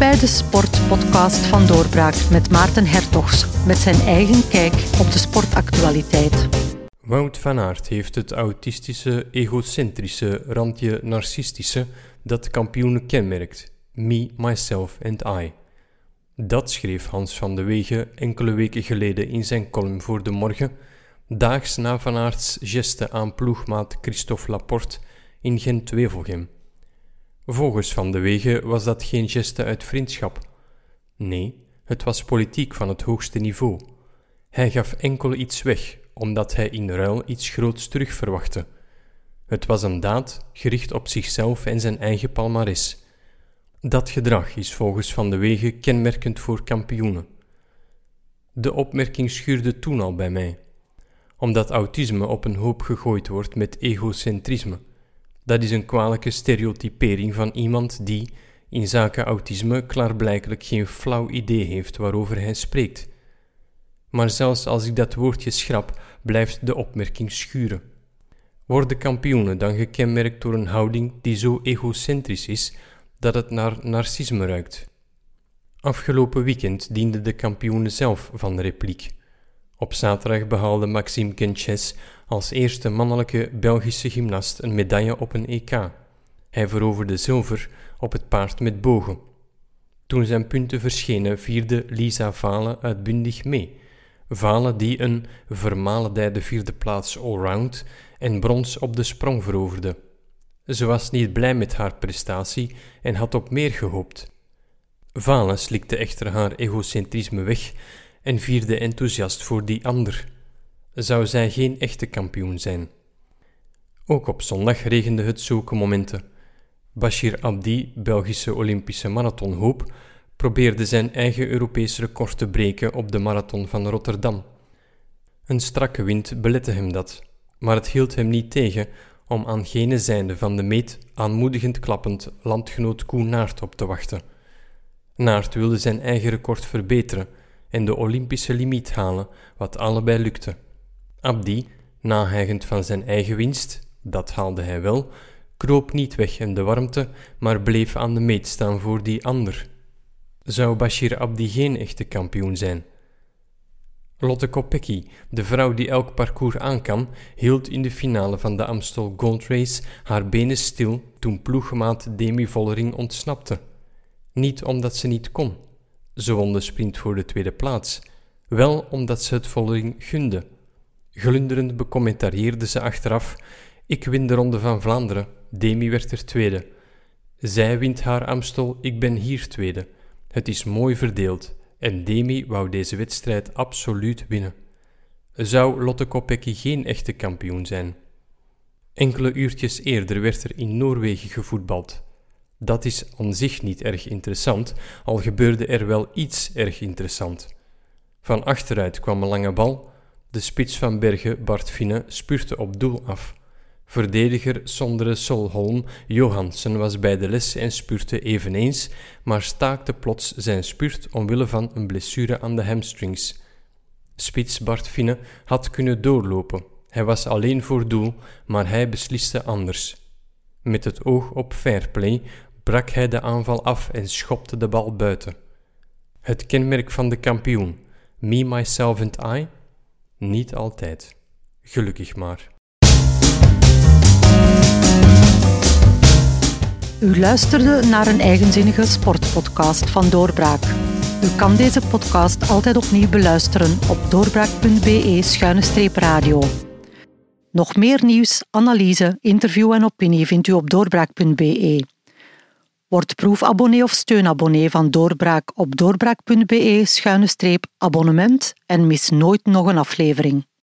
bij de sportpodcast van Doorbraak met Maarten Hertogs, met zijn eigen kijk op de sportactualiteit. Wout van Aert heeft het autistische, egocentrische, randje narcistische dat kampioenen kenmerkt. Me, myself and I. Dat schreef Hans van de Wegen enkele weken geleden in zijn column voor De Morgen, daags na Van Aerts geste aan ploegmaat Christophe Laporte in Gent-Wevelgem. Volgens Van de Wegen was dat geen geste uit vriendschap. Nee, het was politiek van het hoogste niveau. Hij gaf enkel iets weg, omdat hij in ruil iets groots terug verwachtte. Het was een daad gericht op zichzelf en zijn eigen palmares. Dat gedrag is volgens Van de Wegen kenmerkend voor kampioenen. De opmerking schuurde toen al bij mij, omdat autisme op een hoop gegooid wordt met egocentrisme. Dat is een kwalijke stereotypering van iemand die, in zaken autisme, klaarblijkelijk geen flauw idee heeft waarover hij spreekt. Maar zelfs als ik dat woordje schrap, blijft de opmerking schuren. Worden kampioenen dan gekenmerkt door een houding die zo egocentrisch is dat het naar narcisme ruikt? Afgelopen weekend dienden de kampioenen zelf van repliek. Op zaterdag behaalde Maxime Kenches als eerste mannelijke Belgische gymnast een medaille op een EK. Hij veroverde zilver op het paard met bogen. Toen zijn punten verschenen, vierde Lisa Vale uitbundig mee. Vale die een vermalendijde vierde plaats allround en brons op de sprong veroverde. Ze was niet blij met haar prestatie en had op meer gehoopt. Vale slikte echter haar egocentrisme weg en vierde enthousiast voor die ander. Zou zij geen echte kampioen zijn? Ook op zondag regende het zulke momenten. Bashir Abdi, Belgische Olympische marathonhoop, probeerde zijn eigen Europees record te breken op de marathon van Rotterdam. Een strakke wind belette hem dat, maar het hield hem niet tegen om aan gene zijde van de meet aanmoedigend klappend landgenoot Koen Naert op te wachten. Naert wilde zijn eigen record verbeteren en de Olympische limiet halen, wat allebei lukte. Abdi, nahijgend van zijn eigen winst, dat haalde hij wel, kroop niet weg in de warmte, maar bleef aan de meet staan voor die ander. Zou Bashir Abdi geen echte kampioen zijn? Lotte Kopecky, de vrouw die elk parcours aan kan, hield in de finale van de Amstel Gold Race haar benen stil toen ploegmaat Demi Vollering ontsnapte. Niet omdat ze niet kon. Ze won de sprint voor de tweede plaats. Wel omdat ze het Vollering gunde. Glunderend becommentarieerde ze achteraf: ik win de Ronde van Vlaanderen, Demi werd er tweede. Zij wint haar Amstel, ik ben hier tweede. Het is mooi verdeeld en Demi wou deze wedstrijd absoluut winnen. Zou Lotte Kopecky geen echte kampioen zijn? Enkele uurtjes eerder werd er in Noorwegen gevoetbald. Dat is aan zich niet erg interessant, al gebeurde er wel iets erg interessant. Van achteruit kwam een lange bal. De spits van Bergen, Bart Finne, spurte op doel af. Verdediger Sondre Solholm Johansen was bij de les en spurte eveneens, maar staakte plots zijn spurt omwille van een blessure aan de hamstrings. Spits Bart Finne had kunnen doorlopen. Hij was alleen voor doel, maar hij besliste anders. Met het oog op fairplay brak hij de aanval af en schopte de bal buiten. Het kenmerk van de kampioen, me, myself and I? Niet altijd. Gelukkig maar. U luisterde naar een eigenzinnige sportpodcast van Doorbraak. U kan deze podcast altijd opnieuw beluisteren op doorbraak.be/radio. Nog meer nieuws, analyse, interview en opinie vindt u op doorbraak.be. Word proefabonnee of steunabonnee van Doorbraak op doorbraak.be/abonnement en mis nooit nog een aflevering.